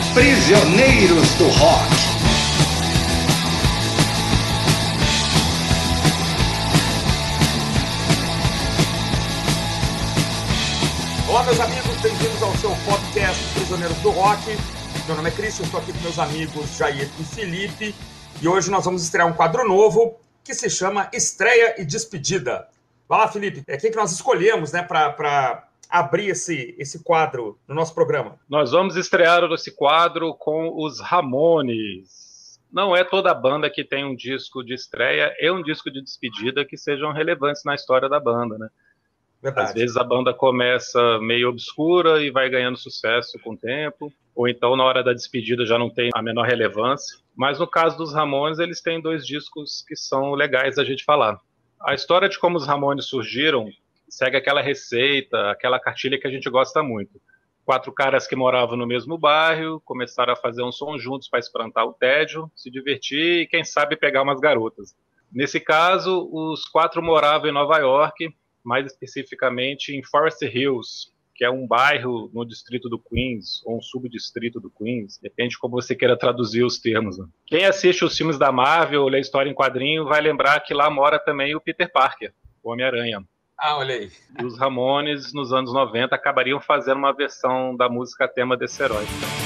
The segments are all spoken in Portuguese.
Prisioneiros do Rock. Olá, meus amigos, bem-vindos ao seu podcast Prisioneiros do Rock. Meu nome é Cristian, estou aqui com meus amigos Jair e Felipe e hoje nós vamos estrear um quadro novo que se chama Estreia e Despedida. Vai lá, Felipe, é quem que nós escolhemos, né, para abrir esse quadro no nosso programa? Nós vamos estrear esse quadro com os Ramones. Não é toda banda que tem um disco de estreia e um disco de despedida que sejam relevantes na história da banda, né? Verdade. Às vezes a banda começa meio obscura e vai ganhando sucesso com o tempo, ou então na hora da despedida já não tem a menor relevância. Mas no caso dos Ramones, eles têm 2 discos que são legais da gente falar. A história de como os Ramones surgiram segue aquela receita, aquela cartilha que a gente gosta muito. 4 caras que moravam no mesmo bairro, começaram a fazer um som juntos para espantar o tédio, se divertir e, quem sabe, pegar umas garotas. Nesse caso, os 4 moravam em Nova York, mais especificamente em Forest Hills, que é um bairro no distrito do Queens, ou um subdistrito do Queens, depende de como você queira traduzir os termos. Né? Quem assiste os filmes da Marvel ou lê história em quadrinho vai lembrar que lá mora também o Peter Parker, o Homem-Aranha. Ah, olha aí. E os Ramones, nos anos 90, acabariam fazendo uma versão da música tema desse herói.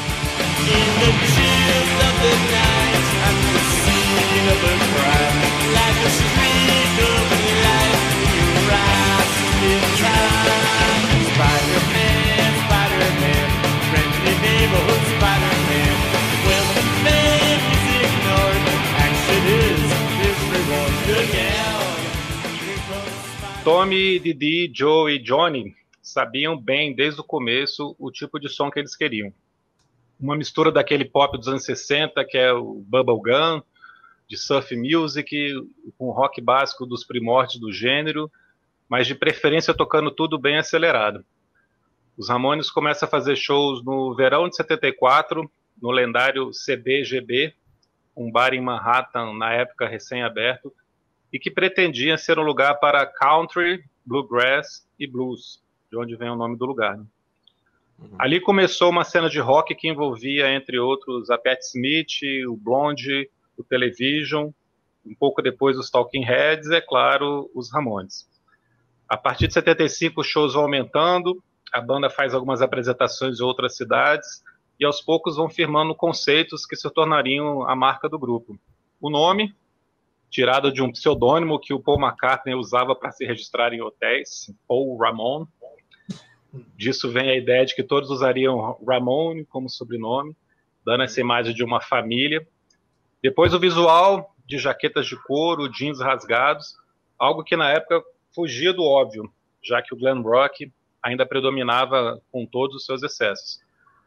Tommy, Didi, Joe e Johnny sabiam bem desde o começo o tipo de som que eles queriam. Uma mistura daquele pop dos anos 60, que é o bubblegum, de surf music, com rock básico dos primórdios do gênero, mas de preferência tocando tudo bem acelerado. Os Ramones começam a fazer shows no verão de 74, no lendário CBGB, um bar em Manhattan, na época recém-aberto, e que pretendia ser um lugar para country, bluegrass e blues, de onde vem o nome do lugar. Né? Ali começou uma cena de rock que envolvia, entre outros, a Patti Smith, o Blonde, o Television, um pouco depois os Talking Heads e, é claro, os Ramones. A partir de 75 os shows vão aumentando, a banda faz algumas apresentações em outras cidades e aos poucos vão firmando conceitos que se tornariam a marca do grupo. O nome, tirado de um pseudônimo que o Paul McCartney usava para se registrar em hotéis, Paul Ramon. Disso vem a ideia de que todos usariam Ramone como sobrenome, dando essa imagem de uma família. Depois o visual de jaquetas de couro, jeans rasgados, algo que na época fugia do óbvio, já que o glam rock ainda predominava com todos os seus excessos.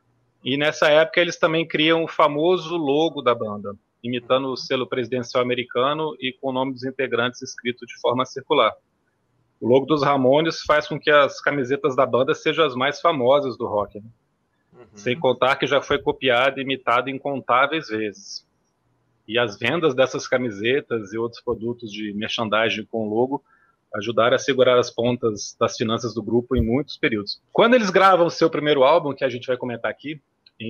E nessa época eles também criam o famoso logo da banda, imitando o selo presidencial americano e com o nome dos integrantes escrito de forma circular. O logo dos Ramones faz com que as camisetas da banda sejam as mais famosas do rock, né? Sem contar que já foi copiado e imitado incontáveis vezes. E as vendas dessas camisetas e outros produtos de merchandising com logo ajudaram a segurar as pontas das finanças do grupo em muitos períodos. Quando eles gravam o seu primeiro álbum, que a gente vai comentar aqui, em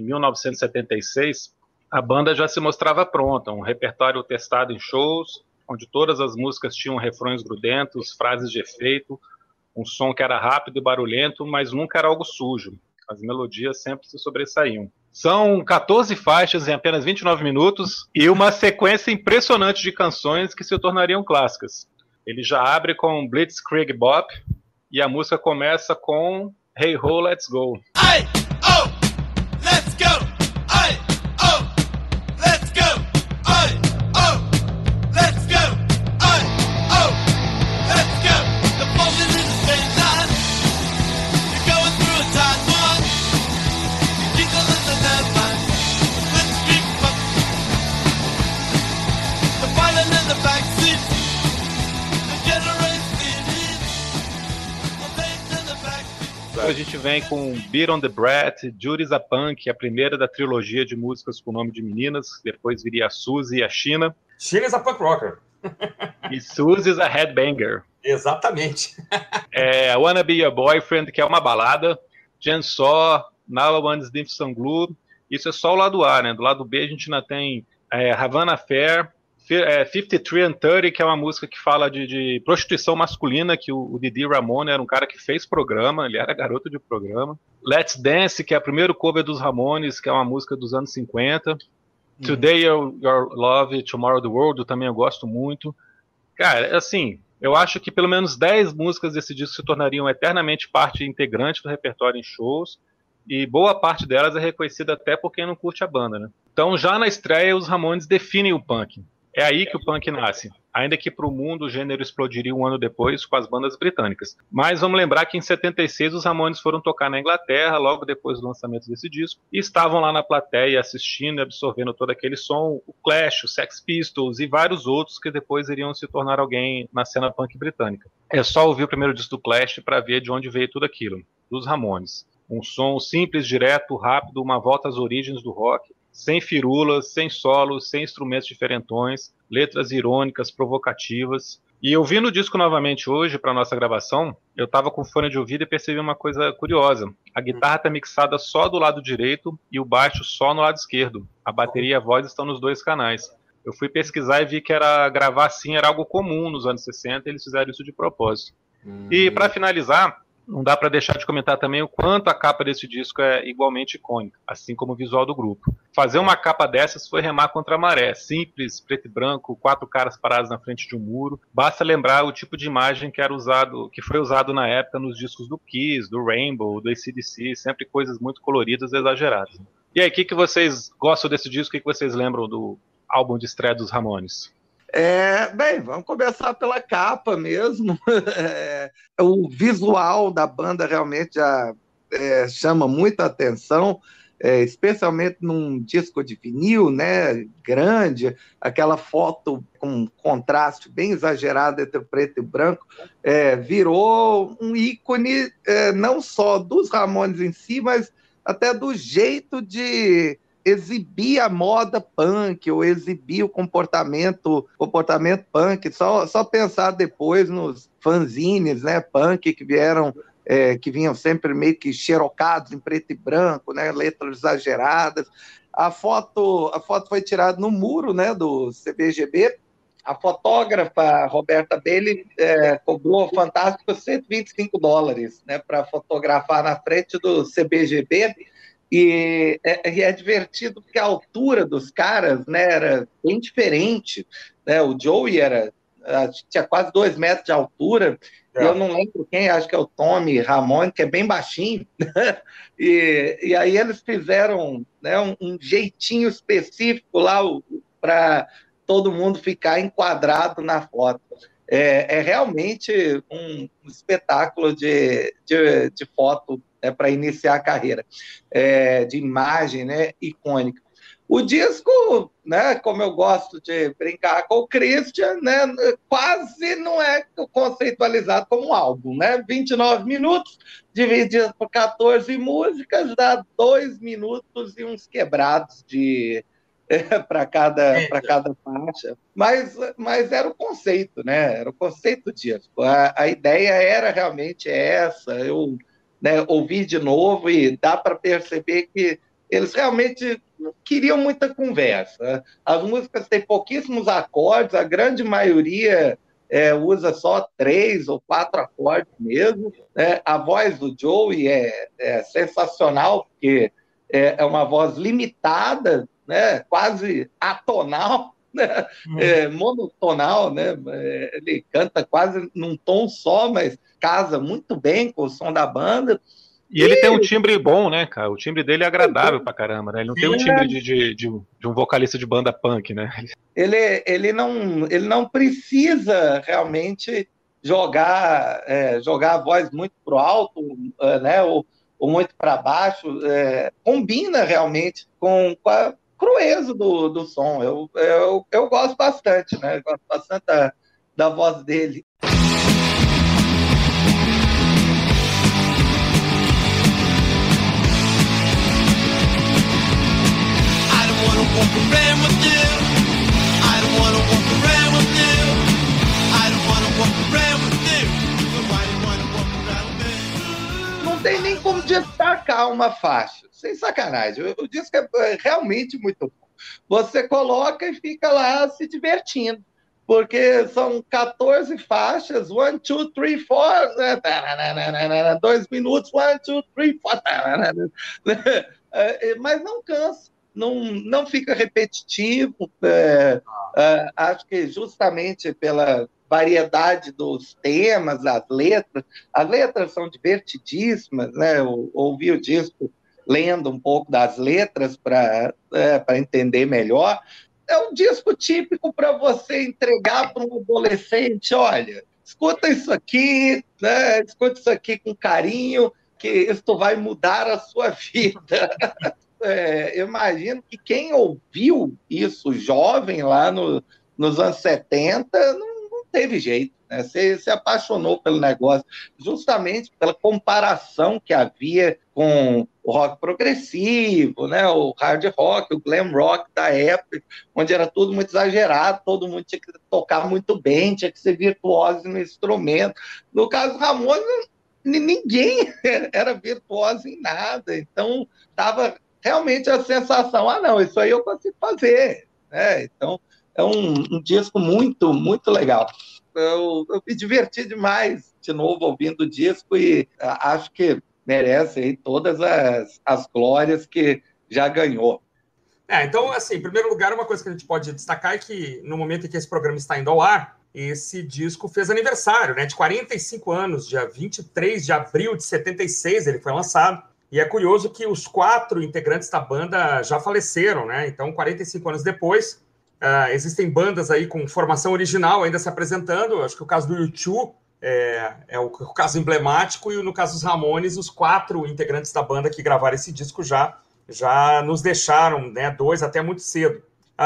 1976, a banda já se mostrava pronta, um repertório testado em shows, onde todas as músicas tinham refrões grudentos, frases de efeito, um som que era rápido e barulhento, mas nunca era algo sujo. As melodias sempre se sobressaíam. São 14 faixas em apenas 29 minutos e uma sequência impressionante de canções que se tornariam clássicas. Ele já abre com Blitzkrieg Bop e a música começa com Hey Ho, Let's Go. Hey, oh, let's go. Hey, oh, let's go. Hey, oh, let's go. Hey, oh, let's go. The phone is in the same line. You're going through a tight one. You jingle in the landmine. Blitzkrieg Bop. The violin in the backseat. A gente vem com Beat on the Brat, Judy's a Punk, a primeira da trilogia de músicas com nome de meninas. Depois viria a Suzy e a China. China's a punk rocker. E Suzy's a headbanger. Exatamente. I Wanna Be Your Boyfriend, que é uma balada. Jen Saw, Now I Want Sniff Some Glue. Isso é só o lado A, né? Do lado B a gente ainda tem Havana Fair, 53 and 30, que é uma música que fala de prostituição masculina, que o Didi Ramone era um cara que fez programa, ele era garoto de programa. Let's Dance, que é o primeiro cover dos Ramones, que é uma música dos anos 50. Today Your Love, Tomorrow the World, também eu gosto muito. Cara, assim, eu acho que pelo menos 10 músicas desse disco se tornariam eternamente parte integrante do repertório em shows, e boa parte delas é reconhecida até por quem não curte a banda, né? Então, já na estreia, os Ramones definem o punk. É aí que o punk nasce, ainda que para o mundo o gênero explodiria um ano depois com as bandas britânicas. Mas vamos lembrar que em 76 os Ramones foram tocar na Inglaterra, logo depois do lançamento desse disco, e estavam lá na plateia assistindo e absorvendo todo aquele som, o Clash, o Sex Pistols e vários outros que depois iriam se tornar alguém na cena punk britânica. É só ouvir o primeiro disco do Clash para ver de onde veio tudo aquilo, dos Ramones. Um som simples, direto, rápido, uma volta às origens do rock, sem firulas, sem solos, sem instrumentos diferentões, letras irônicas, provocativas. E ouvindo o disco novamente hoje para nossa gravação, eu estava com fone de ouvido e percebi uma coisa curiosa. A guitarra está mixada só do lado direito e o baixo só no lado esquerdo. A bateria e a voz estão nos dois canais. Eu fui pesquisar e vi que gravar assim era algo comum nos anos 60 e eles fizeram isso de propósito. E para finalizar, não dá para deixar de comentar também o quanto a capa desse disco é igualmente icônica, assim como o visual do grupo. Fazer uma capa dessas foi remar contra a maré. Simples, preto e branco, 4 caras parados na frente de um muro. Basta lembrar o tipo de imagem que foi usado na época nos discos do Kiss, do Rainbow, do AC/DC, sempre coisas muito coloridas e exageradas. E aí, o que vocês gostam desse disco? O que vocês lembram do álbum de estreia dos Ramones? Bem, vamos começar pela capa mesmo. O visual da banda realmente já chama muita atenção, especialmente num disco de vinil, né, grande, aquela foto com um contraste bem exagerado entre o preto e o branco, virou um ícone não só dos Ramones em si, mas até do jeito de exibir a moda punk ou exibir o comportamento punk, só pensar depois nos fanzines, né, punk que vinham sempre meio que xerocados em preto e branco, né, letras exageradas. A foto foi tirada no muro, né, do CBGB. A fotógrafa Roberta Bailey cobrou fantástico $125, né, para fotografar na frente do CBGB. E é divertido porque a altura dos caras, né, era bem diferente, né? O Joey tinha quase 2 metros de altura, e eu não lembro quem, acho que é o Tommy Ramone, que é bem baixinho, né? E aí eles fizeram, né, um jeitinho específico lá para todo mundo ficar enquadrado na foto. É realmente um espetáculo de foto, para iniciar a carreira, de imagem, né, icônica. O disco, né, como eu gosto de brincar com o Christian, né, quase não é conceitualizado como um álbum, né? 29 minutos, dividido por 14 músicas, dá 2 minutos e uns quebrados para cada faixa. Mas era o conceito, né? Era o conceito disso. A ideia era realmente essa. Eu, né, ouvi de novo e dá para perceber que eles realmente não queriam muita conversa. As músicas têm pouquíssimos acordes, a grande maioria usa só 3 ou 4 acordes mesmo, né? A voz do Joey é sensacional, porque é uma voz limitada, né? Quase atonal, né? Monotonal, né? Ele canta quase num tom só, mas casa muito bem com o som da banda. E ele tem um timbre bom, né, cara? O timbre dele é agradável pra caramba, né? Ele não tem um timbre de um vocalista de banda punk, né? Ele não precisa realmente jogar a voz muito pro alto, né? Ou muito para baixo. Combina realmente com a crueza do som. Eu gosto bastante, né? Eu gosto bastante da voz dele. tem nem como destacar uma faixa. Sem sacanagem. O disco é realmente muito bom. Você coloca e fica lá se divertindo. Porque são 14 faixas, 1, 2, 3, 4, 2 minutos, 1, 2, 3, 4, mas não cansa, não fica repetitivo. Acho que justamente pela variedade dos temas, as letras são divertidíssimas, né? Eu ouvi o disco lendo um pouco das letras para entender melhor. É um disco típico para você entregar para um adolescente. Olha, escuta isso aqui, né? Escuta isso aqui com carinho, que isso vai mudar a sua vida. Eu imagino que quem ouviu isso jovem lá nos anos 70 não teve jeito, né? Se apaixonou pelo negócio, justamente pela comparação que havia com o rock progressivo, né? O hard rock, o glam rock da época, onde era tudo muito exagerado, todo mundo tinha que tocar muito bem, tinha que ser virtuoso no instrumento. No caso do Ramones, ninguém era virtuoso em nada, então dava realmente a sensação, não, isso aí eu consigo fazer, né? Então é um disco muito, muito legal. Eu me diverti demais de novo ouvindo o disco e acho que merece aí todas as glórias que já ganhou. Então, assim, em primeiro lugar, uma coisa que a gente pode destacar é que no momento em que esse programa está indo ao ar, esse disco fez aniversário, né? De 45 anos, dia 23 de abril de 76 ele foi lançado. E é curioso que os 4 integrantes da banda já faleceram, né? Então, 45 anos depois, existem bandas aí com formação original ainda se apresentando. Acho que o caso do U2 é o caso emblemático, e no caso dos Ramones, os 4 integrantes da banda que gravaram esse disco já nos deixaram, né? 2 até muito cedo.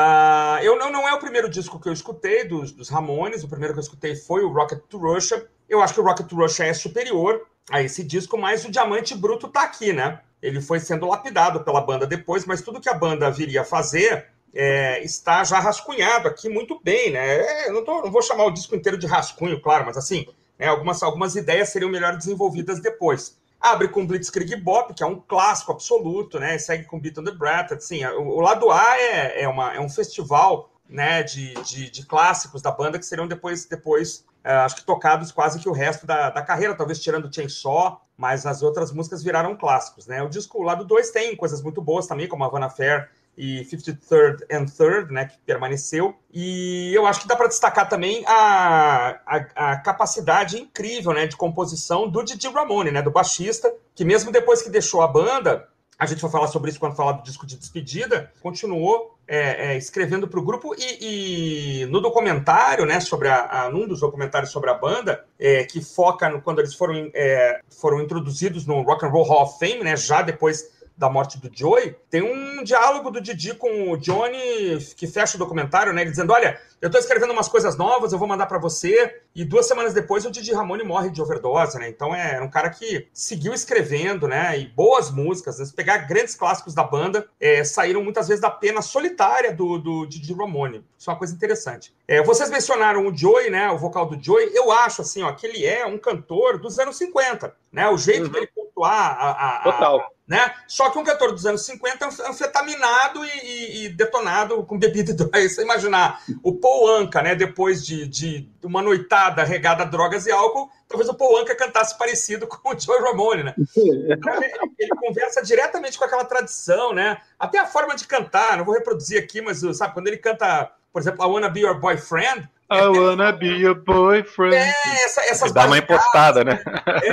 Não é o primeiro disco que eu escutei dos Ramones. O primeiro que eu escutei foi o Rocket to Russia. Eu acho que o Rocket to Russia é superior a esse disco, mas o Diamante Bruto tá aqui, né? Ele foi sendo lapidado pela banda depois, mas tudo que a banda viria a fazer está já rascunhado aqui muito bem, né? Eu não vou chamar o disco inteiro de rascunho, claro, mas assim, algumas ideias seriam melhor desenvolvidas depois. Abre com Blitzkrieg Bop, que é um clássico absoluto, né? Segue com Beat on the Breath. Assim, o lado A é um festival, né, de clássicos da banda que seriam depois acho que tocados quase que o resto da carreira, talvez tirando o Chainsaw, mas as outras músicas viraram clássicos, né? O disco, o lado 2 tem coisas muito boas também, como Havana Fair e 53rd and 3rd, né, que permaneceu. E eu acho que dá para destacar também a capacidade incrível, né, de composição do Didi Ramone, né, do baixista, que mesmo depois que deixou a banda, a gente vai falar sobre isso quando falar do disco de despedida, continuou escrevendo para o grupo, e no documentário, né, num dos documentários sobre a banda, que foca quando eles foram introduzidos no Rock and Roll Hall of Fame, né, já depois da morte do Joey, tem um diálogo do Didi com o Johnny que fecha o documentário, né? Ele dizendo, olha, eu estou escrevendo umas coisas novas, eu vou mandar para você, e 2 semanas depois o Didi Ramone morre de overdose, né? Então é um cara que seguiu escrevendo, né? E boas músicas, né? Se pegar grandes clássicos da banda, saíram muitas vezes da pena solitária do Didi Ramone. Isso é uma coisa interessante. Vocês mencionaram o Joey, né? O vocal do Joey. Eu acho, assim, que ele é um cantor dos anos 50, né? O jeito dele pontuar Total. Né? Só que um cantor dos anos 50 anfetaminado e detonado com bebida e drogas. Você imaginar o Paul Anka, né? Depois de uma noitada regada a drogas e álcool, talvez o Paul Anka cantasse parecido com o Joey Ramone, né? Então, ele conversa diretamente com aquela tradição, né? Até a forma de cantar, não vou reproduzir aqui, mas sabe, quando ele canta, por exemplo, I Wanna Be Your Boyfriend, I wanna be your boyfriend. Essas dá uma impostada, né?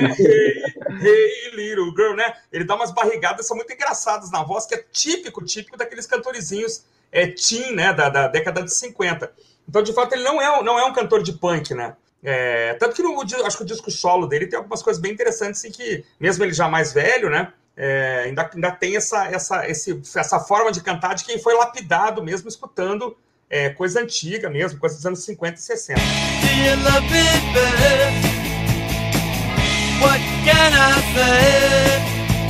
Hey, little girl, né? Ele dá umas barrigadas, são muito engraçadas na voz, que é típico daqueles cantorizinhos teen, né? Da década de 50. Então, de fato, ele não é um cantor de punk, né? Tanto que acho que o disco solo dele tem algumas coisas bem interessantes, em que, mesmo ele já mais velho, né? Ainda tem essa forma de cantar de quem foi lapidado mesmo escutando coisa antiga mesmo, coisa dos anos 50 e 60. Do you love me, babe? What can I say?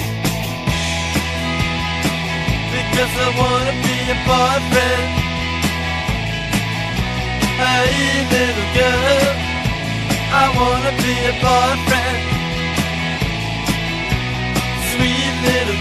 Because I wanna be your boyfriend. Hey, little girl, I wanna be your boyfriend.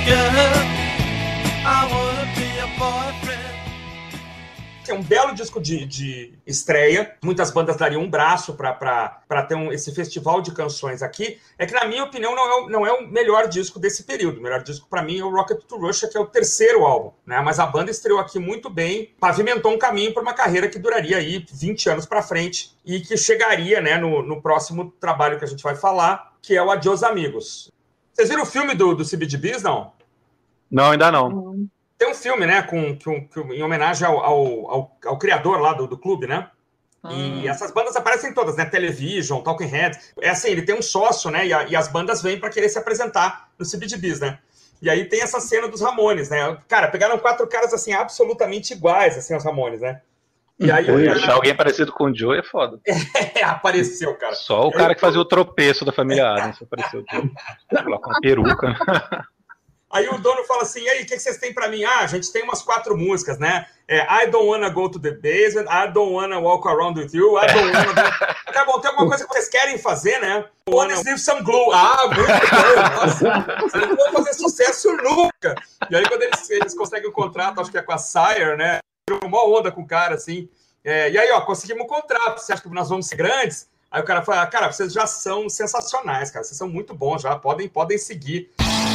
girl. I wanna be a boyfriend. É um belo disco de estreia. Muitas bandas dariam um braço para ter esse festival de canções aqui. É que, na minha opinião, não é o melhor disco desse período. O melhor disco, para mim, é o Rocket to Russia, que é o terceiro álbum, né? Mas a banda estreou aqui muito bem, pavimentou um caminho para uma carreira que duraria aí 20 anos para frente e que chegaria, né, no próximo trabalho que a gente vai falar, que é o Adiós Amigos. Vocês viram o filme do CBGBs, não? Não, ainda não. Tem um filme, né, em homenagem ao criador lá do clube, né? E essas bandas aparecem todas, né? Television, Talking Heads. É assim, ele tem um sócio, né? E as bandas vêm para querer se apresentar no CBGBs, né? E aí tem essa cena dos Ramones, né? Cara, pegaram 4 caras, assim, absolutamente iguais, assim, aos Ramones, né? E aí achar alguém parecido com o Joe é foda. Apareceu, cara. Só o cara que fazia o tropeço da família Adams apareceu. Coloca uma peruca. Aí o dono fala assim, e aí, o que vocês têm pra mim? Ah, a gente tem umas 4 músicas, né? I don't wanna go to the basement, I don't wanna walk around with you, I don't wanna... Tá bom, tem alguma coisa que vocês querem fazer, né? I wanna sniff some glue. Ah, muito bom, nossa. Vocês não vão fazer sucesso nunca. E aí, quando eles conseguem um contrato, acho que é com a Sire, né? Tirou uma onda com o cara, assim. E aí, ó, conseguimos um contrato. Você acha que nós vamos ser grandes? Aí o cara fala, cara, vocês já são sensacionais, cara. Vocês são muito bons já, podem seguir.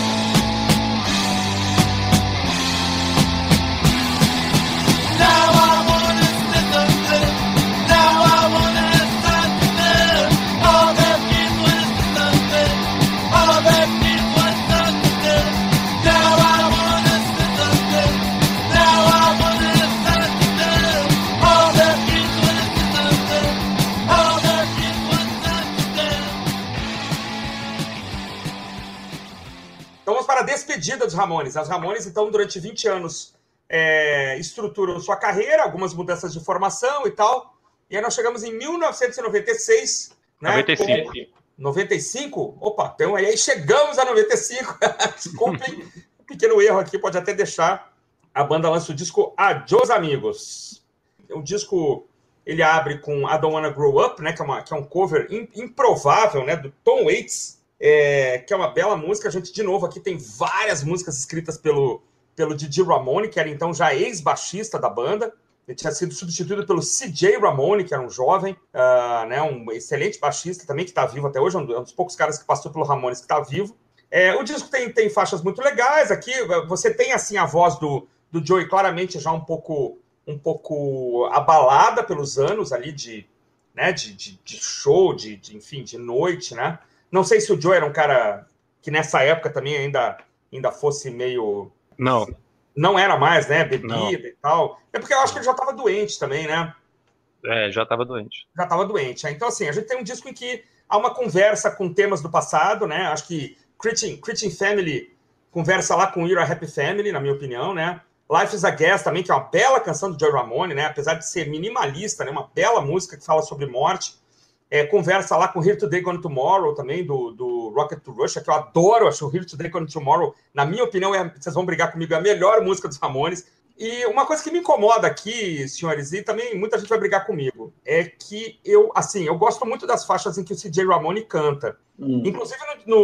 Então vamos para a despedida dos Ramones. As Ramones, então, durante 20 anos estruturam sua carreira, algumas mudanças de formação e tal. E aí nós chegamos em 1996. Né, 95. 95? Opa, então aí chegamos a 95. Desculpem, um pequeno erro aqui, pode até deixar. A banda lança o disco Adiós Amigos. O disco, ele abre com I Don't Wanna Grow Up, né, que é um cover improvável, né, do Tom Waits, que é uma bela música. A gente, de novo, aqui tem várias músicas escritas pelo Didi Ramone, que era então já ex-baixista da banda. Ele tinha sido substituído pelo CJ Ramone, que era um jovem, né, um excelente baixista também, que está vivo até hoje, um dos poucos caras que passou pelo Ramones que está vivo. O disco tem faixas muito legais. Aqui você tem assim a voz do Joey claramente já um pouco abalada pelos anos ali de show, enfim, de noite, né? Não sei se o Joey era um cara que nessa época também ainda fosse meio... Não era mais, né? Bebida e tal. É porque eu acho que ele já estava doente também, né? Já estava doente. Já estava doente. Então, assim, a gente tem um disco em que há uma conversa com temas do passado, né? Acho que Cretin Family conversa lá com You're a Happy Family, na minha opinião, né? Life is a Guess também, que é uma bela canção do Joey Ramone, né? Apesar de ser minimalista, né? Uma bela música que fala sobre morte. Conversa lá com Here Today, Gone Tomorrow também, do Rocket to Russia, que eu adoro. Acho o Here Today, Gone Tomorrow, na minha opinião, vocês vão brigar comigo, é a melhor música dos Ramones. E uma coisa que me incomoda aqui, senhores, e também muita gente vai brigar comigo, é que eu gosto muito das faixas em que o CJ Ramone canta. Inclusive,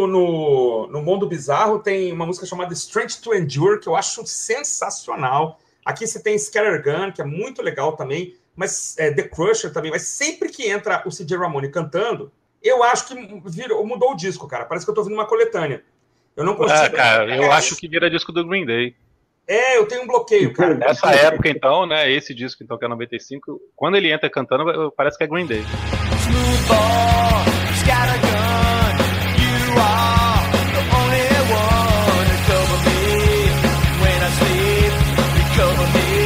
no Mundo Bizarro tem uma música chamada Strength to Endure, que eu acho sensacional. Aqui você tem Scattergun, que é muito legal também, mas The Crusher também. Mas sempre que entra o CJ Ramone cantando, eu acho que mudou o disco, cara. Parece que eu tô ouvindo uma coletânea. Eu não consigo... cara, eu acho que vira disco do Green Day. Eu tenho um bloqueio, cara. Nessa época, então, né, esse disco, então, que é 95, quando ele entra cantando, parece que é Green Day. Smooth ball, scattergun, you are the only one to cover me when I sleep, you cover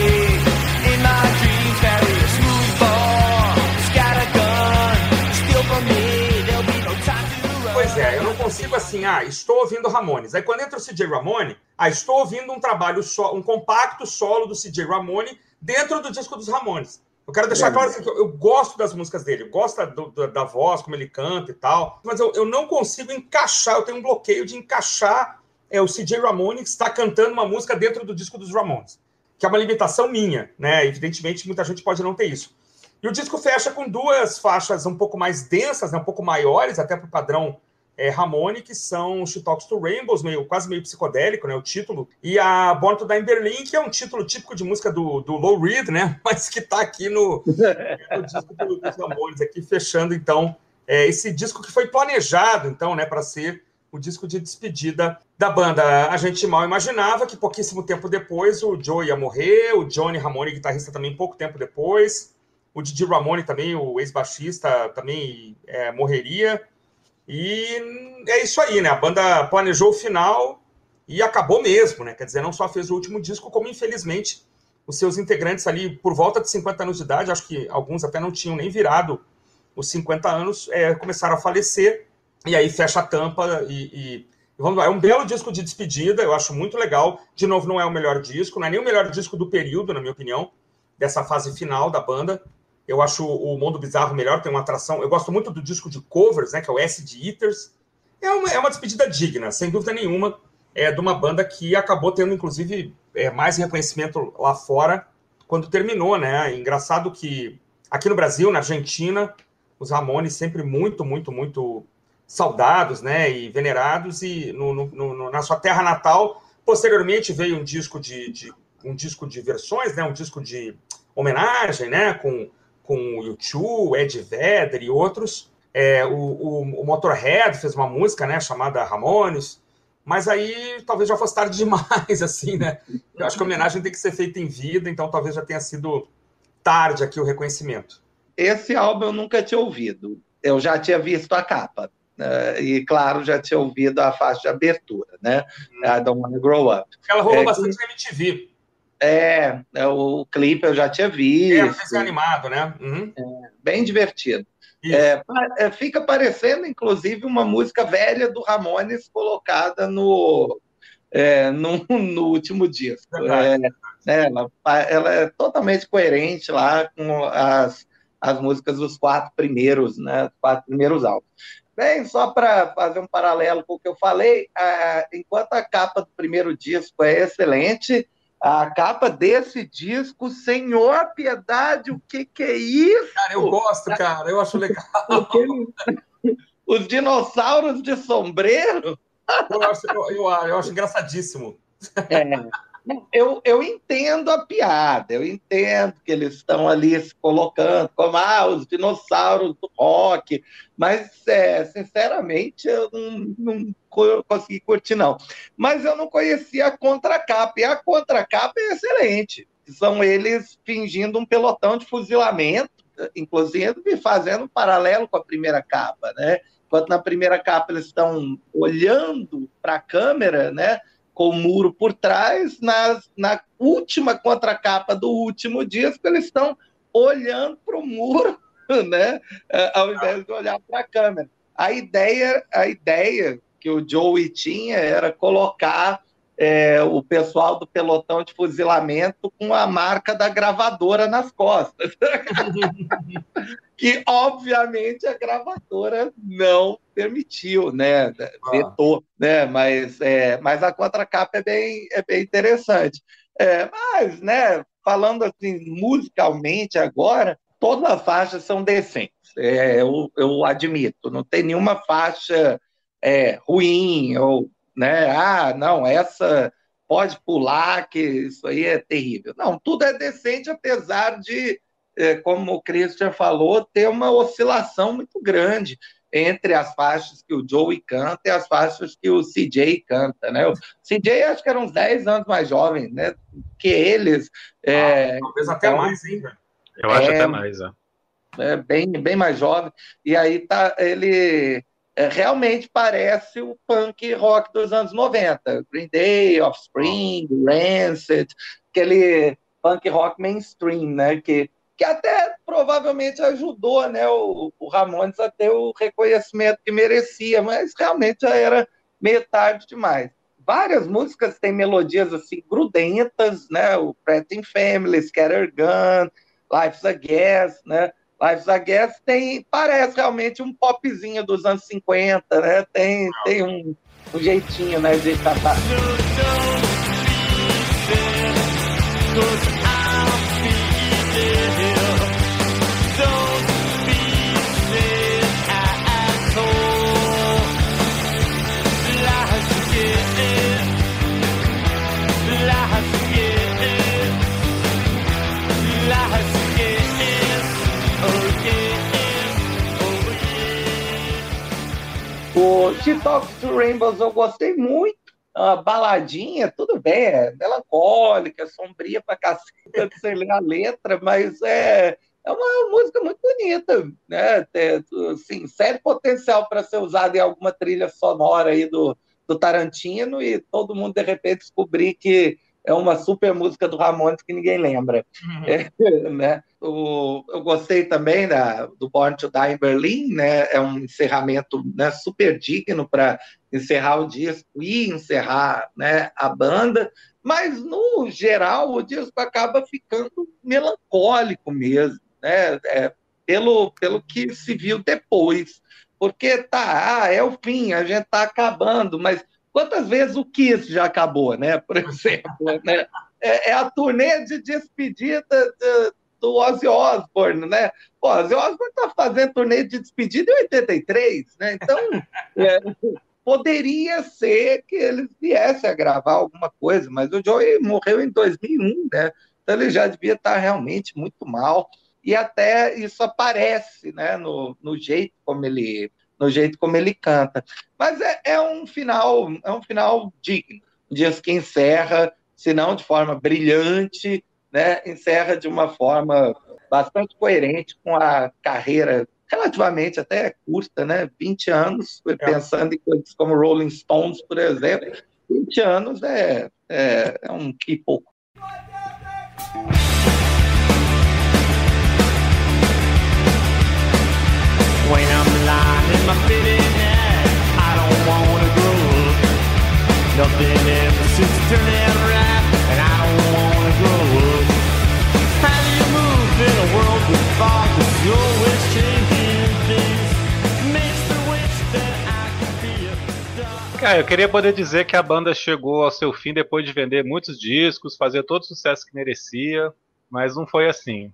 me in my dreams, carry a smooth ball, scattergun, steal from me, there'll be no time to run. Pois eu não consigo assim, estou ouvindo Ramones. Aí quando entra o CJ Ramone, estou ouvindo um trabalho, um compacto solo do CJ Ramone dentro do disco dos Ramones. Eu quero deixar claro assim, que eu gosto das músicas dele, eu gosto da voz, como ele canta e tal, mas eu não consigo encaixar, eu tenho um bloqueio de encaixar o CJ Ramone que está cantando uma música dentro do disco dos Ramones, que é uma limitação minha, né? Evidentemente, muita gente pode não ter isso. E o disco fecha com 2 faixas um pouco mais densas, né? Um pouco maiores, até para o padrão Ramone, que são She Talks to Rainbows, quase meio psicodélico, né, o título, e a Born to Die in Berlin, que é um título típico de música do Lou Reed, né, mas que está aqui no disco dos Ramones, aqui fechando, então, esse disco que foi planejado, então, né, para ser o disco de despedida da banda. A gente mal imaginava que pouquíssimo tempo depois o Joe ia morrer, o Johnny Ramone, guitarrista, também pouco tempo depois, o Didi Ramone também, o ex-baixista, também morreria. E é isso aí, né? A banda planejou o final e acabou mesmo, né? Quer dizer, não só fez o último disco, como infelizmente os seus integrantes ali, por volta de 50 anos de idade, acho que alguns até não tinham nem virado os 50 anos, começaram a falecer. E aí fecha a tampa e vamos lá. É um belo disco de despedida, eu acho muito legal. De novo, não é o melhor disco, não é nem o melhor disco do período, na minha opinião, dessa fase final da banda. Eu acho o Mundo Bizarro melhor, tem uma atração. Eu gosto muito do disco de covers, né, que é o Acid Eaters. É uma despedida digna, sem dúvida nenhuma, de uma banda que acabou tendo, inclusive, mais reconhecimento lá fora quando terminou, né? Engraçado que aqui no Brasil, na Argentina, os Ramones sempre muito, muito, muito saudados, né, e venerados, e na sua terra natal, posteriormente veio um disco de versões, né, um disco de homenagem, né, com o U2, Ed Vedder e outros. O Motorhead fez uma música, né, chamada Ramones, mas aí talvez já fosse tarde demais, assim, né? Eu acho que a homenagem tem que ser feita em vida, então talvez já tenha sido tarde aqui o reconhecimento. Esse álbum eu nunca tinha ouvido. Eu já tinha visto a capa. E, claro, já tinha ouvido a faixa de abertura, né? I Don't Wanna Grow Up. Ela rolou bastante na MTV. O clipe eu já tinha visto. Foi animado, né? Bem divertido. Fica parecendo, inclusive, uma música velha do Ramones colocada no último disco. Ela é totalmente coerente lá com as músicas dos 4 primeiros, né? 4 primeiros álbuns. Bem, só para fazer um paralelo com o que eu falei, enquanto a capa do primeiro disco é excelente, a capa desse disco, Senhor Piedade, o que é isso? Cara, eu gosto, cara, eu acho legal. Os dinossauros de sombreiro? Eu acho engraçadíssimo. Eu entendo a piada, eu entendo que eles estão ali se colocando como os dinossauros do rock, mas, sinceramente, eu não consegui curtir, não. Mas eu não conhecia a contracapa, e a contracapa é excelente. São eles fingindo um pelotão de fuzilamento, inclusive fazendo um paralelo com a primeira capa, né? Enquanto na primeira capa eles estão olhando para a câmera, né? Com o muro por trás, na última contracapa do último disco, eles estão olhando para o muro, né? Ao invés de olhar para a câmera. A ideia que o Joey tinha era colocar o pessoal do pelotão de fuzilamento com a marca da gravadora nas costas. Que, obviamente, a gravadora não permitiu, né? Vetou, né? Mas a contracapa é bem interessante. Mas, né, falando assim, musicalmente agora, todas as faixas são decentes. Eu admito, não tem nenhuma faixa ruim, ou, né, não, essa pode pular, que isso aí é terrível. Não, tudo é decente, apesar de, como o Christian falou, ter uma oscilação muito grande entre as faixas que o Joey canta e as faixas que o CJ canta, né? O CJ acho que era uns 10 anos mais jovem, né, que eles. Talvez até mais, hein? Eu acho até mais, bem mais jovem. E aí ele realmente parece o punk rock dos anos 90. Green Day, Offspring, Rancid, aquele punk rock mainstream, né? Que até provavelmente ajudou, né, o Ramones a ter o reconhecimento que merecia, mas realmente já era meio tarde demais. Várias músicas têm melodias assim grudentas, né? O Pratt & Family, Scattergun, Life's a Guess, né? Life's a Guess parece realmente um popzinho dos anos 50, né? Tem um jeitinho, né, de cantar. She Talks to Rainbows eu gostei muito. A baladinha, tudo bem, é melancólica, sombria pra caceta, sem ler a letra, mas é uma música muito bonita, né? Assim, sério potencial para ser usada em alguma trilha sonora aí do Tarantino e todo mundo, de repente, descobrir que é uma super música do Ramones que ninguém lembra. Né? Eu gostei também do Born to Die in Berlin, né? É um encerramento, né, super digno para encerrar o disco e encerrar, né, a banda, mas, no geral, o disco acaba ficando melancólico mesmo, né? Pelo que se viu depois. Porque é o fim, a gente está acabando, mas quantas vezes o Kiss já acabou, né? Por exemplo, né? É a turnê de despedida do Ozzy Osbourne, né? O Ozzy Osbourne está fazendo turnê de despedida em 83, né? Então, poderia ser que eles viessem a gravar alguma coisa, mas o Joey morreu em 2001, né? Então ele já devia estar realmente muito mal, e até isso aparece, né, no jeito como ele canta. Mas é um final digno. Um disco que encerra, se não de forma brilhante, né, encerra de uma forma bastante coerente com a carreira relativamente até curta, né? 20 anos, pensando em coisas como Rolling Stones, por exemplo. 20 anos é um que pouco. When I'm lying in my fitting hat, I don't wanna grow up. Nothing ever seems to turn out right, and I don't wanna grow up. How do you move in a world with fog that's always changing things? Makes me wish that I could be a dog. Cara, eu queria poder dizer que a banda chegou ao seu fim depois de vender muitos discos, fazer todo o sucesso que merecia, mas não foi assim.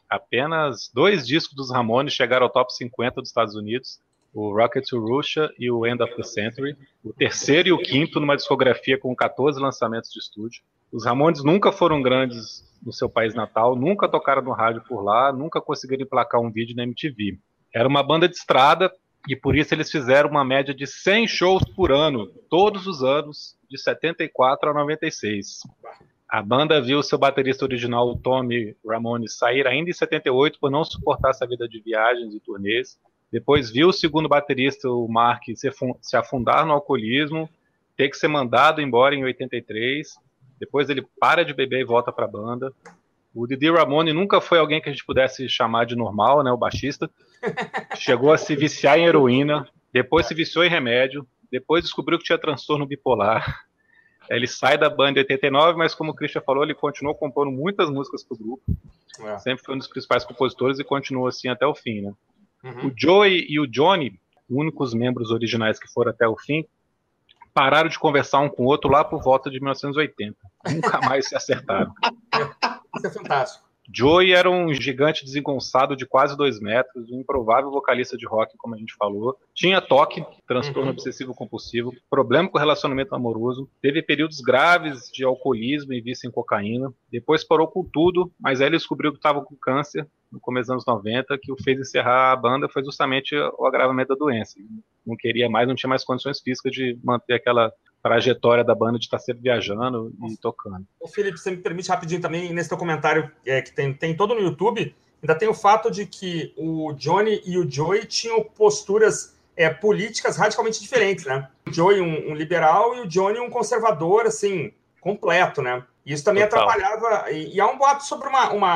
Apenas 2 discos dos Ramones chegaram ao top 50 dos Estados Unidos, o Rocket to Russia e o End of the Century, o terceiro e o quinto numa discografia com 14 lançamentos de estúdio. Os Ramones nunca foram grandes no seu país natal, nunca tocaram no rádio por lá, nunca conseguiram emplacar um vídeo na MTV. Era uma banda de estrada e por isso eles fizeram uma média de 100 shows por ano, todos os anos, de 74 a 96. A banda viu seu baterista original, o Tommy Ramone, sair ainda em 78 por não suportar essa vida de viagens e turnês. Depois viu o segundo baterista, o Mark, se afundar no alcoolismo, ter que ser mandado embora em 83. Depois ele para de beber e volta para a banda. O Didi Ramone nunca foi alguém que a gente pudesse chamar de normal, né, o baixista. Chegou a se viciar em heroína, depois se viciou em remédio, depois descobriu que tinha transtorno bipolar. Ele sai da banda em 89, mas como o Christian falou, ele continuou compondo muitas músicas pro grupo. Sempre foi um dos principais compositores e continuou assim até o fim, né? O Joey e o Johnny, únicos membros originais que foram até o fim, pararam de conversar um com o outro lá por volta de 1980. Nunca mais se acertaram. Isso é fantástico. Joey era um gigante desengonçado de quase 2 metros, um improvável vocalista de rock, como a gente falou. Tinha toque, transtorno obsessivo-compulsivo, problema com relacionamento amoroso, teve períodos graves de alcoolismo e vício em cocaína. Depois parou com tudo, mas aí ele descobriu que estava com câncer no começo dos anos 90, que o fez encerrar a banda foi justamente o agravamento da doença. Não queria mais, não tinha mais condições físicas de manter aquela trajetória da banda de estar sempre viajando e tocando. Ô, Felipe, você me permite rapidinho também, nesse documentário que tem todo no YouTube, ainda tem o fato de que o Johnny e o Joey tinham posturas políticas radicalmente diferentes, né? O Joey um liberal e o Johnny um conservador, assim, completo, né? E isso também atrapalhava... E há um boato sobre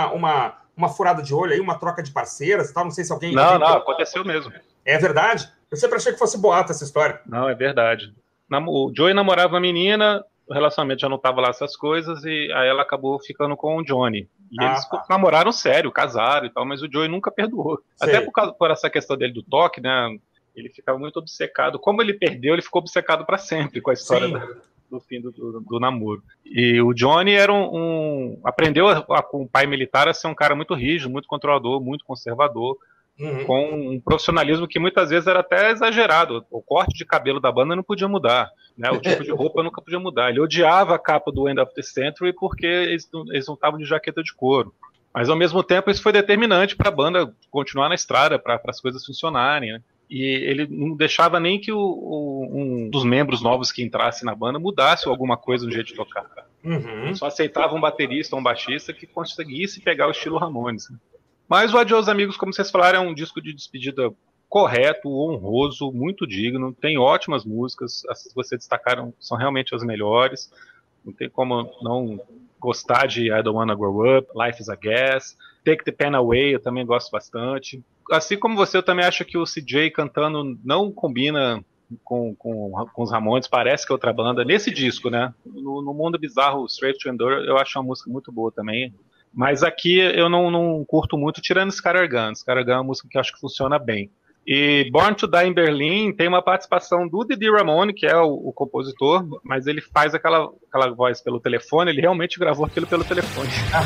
uma furada de olho aí, uma troca de parceiras e tal, não sei se alguém... Não, aconteceu mesmo. É verdade? Eu sempre achei que fosse boato essa história. Não, é verdade. O Joey namorava uma menina, o relacionamento já não tava lá essas coisas, e aí ela acabou ficando com o Johnny. E eles namoraram sério, casaram e tal, mas o Joey nunca perdoou. Sei. Até por essa questão dele do toque, né? Ele ficava muito obcecado. Como ele perdeu, ele ficou obcecado para sempre com a história do fim do namoro. E o Johnny era aprendeu com o pai militar a ser um cara muito rígido, muito controlador, muito conservador. Com um profissionalismo que muitas vezes era até exagerado. O corte de cabelo da banda não podia mudar, né? O tipo de roupa nunca podia mudar. Ele odiava a capa do End of the Century porque eles não estavam de jaqueta de couro. Mas, ao mesmo tempo, isso foi determinante para a banda continuar na estrada, para as coisas funcionarem, né? E ele não deixava nem que um dos membros novos que entrasse na banda mudasse alguma coisa no jeito de tocar. Uhum. Só aceitava um baterista ou um baixista que conseguisse pegar o estilo Ramones. Mas o Adiós Amigos, como vocês falaram, é um disco de despedida correto, honroso, muito digno, tem ótimas músicas, as que vocês destacaram são realmente as melhores, não tem como não gostar de I Don't Wanna Grow Up, Life is a Gas, Take the Pen Away, eu também gosto bastante. Assim como você, eu também acho que o CJ cantando não combina com os Ramones, parece que é outra banda, nesse disco, né? No Mundo Bizarro, Straight to Endure, eu acho uma música muito boa também. Mas aqui eu não curto muito, tirando Scattergun. Scattergun é uma música que eu acho que funciona bem. E Born to Die in Berlin tem uma participação do Didi Ramone, que é o compositor, mas ele faz aquela voz pelo telefone, ele realmente gravou aquilo pelo telefone.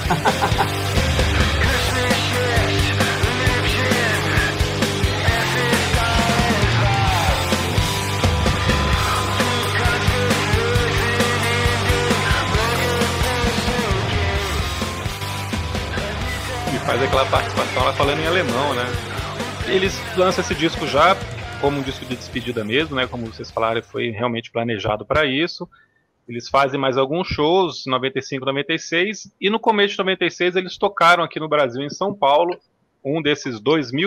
Faz aquela participação ela falando em alemão, né? Eles lançam esse disco já como um disco de despedida mesmo, né? Como vocês falaram, foi realmente planejado para isso. Eles fazem mais alguns shows, 95, 96, e no começo de 96 eles tocaram aqui no Brasil, em São Paulo, um desses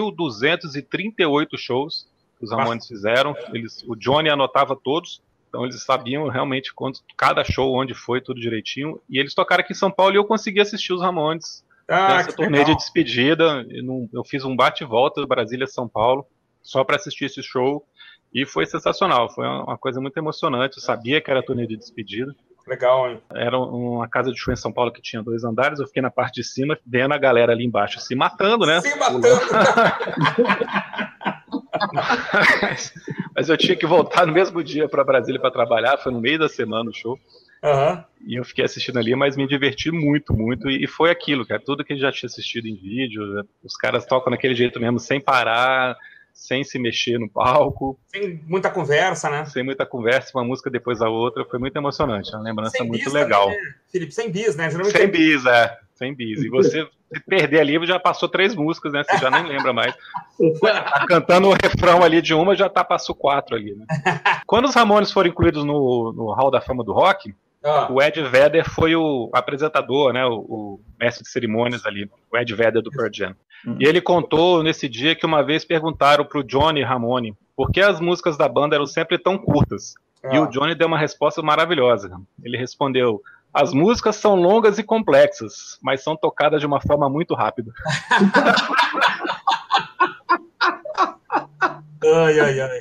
2.238 shows que os Ramones fizeram. O Johnny anotava todos, então eles sabiam realmente cada show, onde foi, tudo direitinho. E eles tocaram aqui em São Paulo e eu consegui assistir os Ramones. Nessa turnê de despedida, eu fiz um bate-volta do Brasília-São Paulo, só para assistir esse show, e foi sensacional, foi uma coisa muito emocionante, eu sabia que era a turnê de despedida. Legal, hein? Era uma casa de show em São Paulo que tinha 2 andares, eu fiquei na parte de cima, vendo a galera ali embaixo se matando, né? Se matando! Mas eu tinha que voltar no mesmo dia para Brasília para trabalhar, foi no meio da semana o show. Uhum. E eu fiquei assistindo ali, mas me diverti muito, muito, e foi aquilo, cara, tudo que eu já tinha assistido em vídeo, os caras tocam daquele jeito mesmo, sem parar, sem se mexer no palco. Sem muita conversa, né? Sem muita conversa, uma música depois da outra, foi muito emocionante, uma lembrança sem muito legal. Também, né? Felipe, sem bis, né? Geralmente sem bis, sem bis, e você se perder ali, já passou 3 músicas, né, você já nem lembra mais. Tá cantando o refrão ali de uma, já passou 4 ali, né? Quando os Ramones foram incluídos no Hall da Fama do Rock, o Ed Vedder foi o apresentador, né, o mestre de cerimônias ali, o Ed Vedder do Pearl Jam. E ele contou nesse dia que uma vez perguntaram pro Johnny Ramone por que as músicas da banda eram sempre tão curtas. E o Johnny deu uma resposta maravilhosa. Ele respondeu: as músicas são longas e complexas, mas são tocadas de uma forma muito rápida. Ai.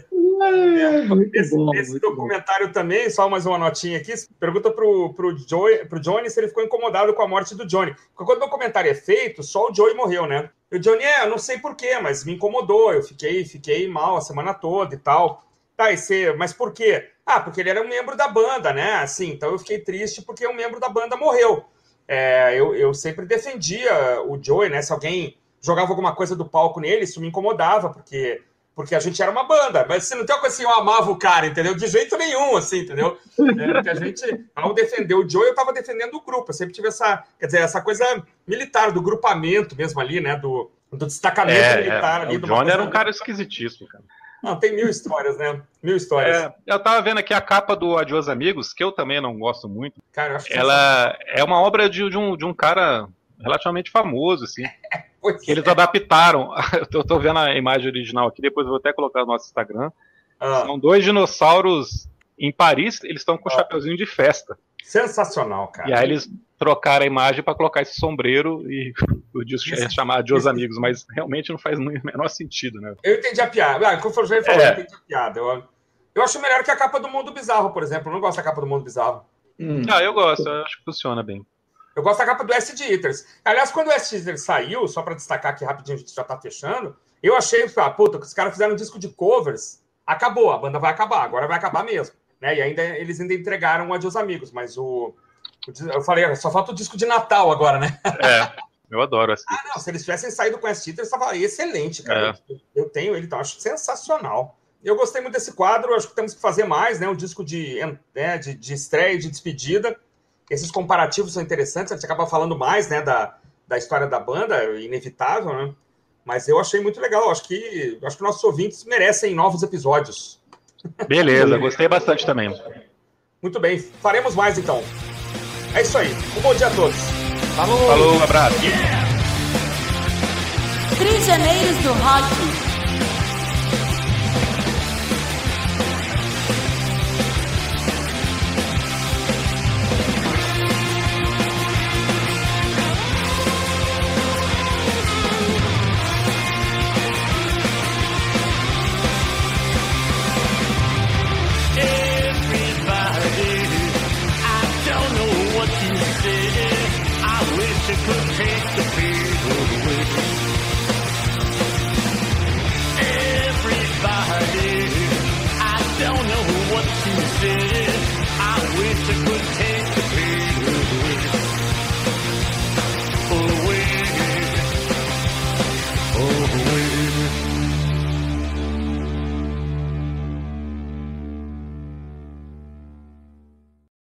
Esse documentário bom. Também, só mais uma notinha aqui, pergunta pro Johnny se ele ficou incomodado com a morte do Johnny. Porque quando o documentário é feito, só o Joey morreu, né? E o Johnny, eu não sei porquê, mas me incomodou, eu fiquei mal a semana toda e tal. Tá, mas por quê? Porque ele era um membro da banda, né? Assim, então eu fiquei triste porque um membro da banda morreu. Eu sempre defendia o Joey, né? Se alguém jogava alguma coisa do palco nele, isso me incomodava, porque a gente era uma banda, mas você não tem uma coisa assim, eu amava o cara, entendeu? De jeito nenhum, assim, entendeu? Porque a gente, ao defender o Joey, eu tava defendendo o grupo, eu sempre tive essa coisa militar, do grupamento mesmo ali, né? Do destacamento militar ali. O Johnny era um cara esquisitíssimo, cara. Não, tem 1000 histórias, né? 1000 histórias. Eu tava vendo aqui a capa do Adiós Amigos, que eu também não gosto muito. Cara, eu acho que ela é uma obra de um cara relativamente famoso, assim. Que eles adaptaram. Eu tô vendo a imagem original aqui, depois eu vou até colocar no nosso Instagram. São 2 dinossauros em Paris, eles estão com um chapeuzinho de festa. Sensacional, cara. E aí eles trocaram a imagem para colocar esse sombreiro e o disco ia chamar Adiós Amigos, mas realmente não faz o menor sentido, né? Eu entendi a piada. Como o Forjão falou, eu entendi a piada. Eu acho melhor que a capa do Mundo Bizarro, por exemplo. Eu não gosto da capa do Mundo Bizarro. Eu gosto, eu acho que funciona bem. Eu gosto da capa do Acid Eaters. Aliás, quando o Acid Eaters saiu, só para destacar aqui rapidinho, a gente já tá fechando, eu achei, puta, que os caras fizeram um disco de covers, acabou, a banda vai acabar, agora vai acabar mesmo. Né? E eles ainda entregaram o Adiós Amigos, mas eu falei, só falta o disco de Natal agora, né? Eu adoro Acid Eaters. Não, se eles tivessem saído com Acid Eaters, estava excelente, cara. Eu tenho ele, então acho sensacional. Eu gostei muito desse quadro, acho que temos que fazer mais, né? Um disco de estreia, de despedida. Esses comparativos são interessantes, a gente acaba falando mais, né, da história da banda, inevitável, né? Mas eu achei muito legal. Acho que nossos ouvintes merecem novos episódios. Beleza, gostei bastante também. Muito bem, faremos mais então. É isso aí. Um bom dia a todos. Falou, um abraço. Prisioneiros do Rock. I wish I could take the fear away.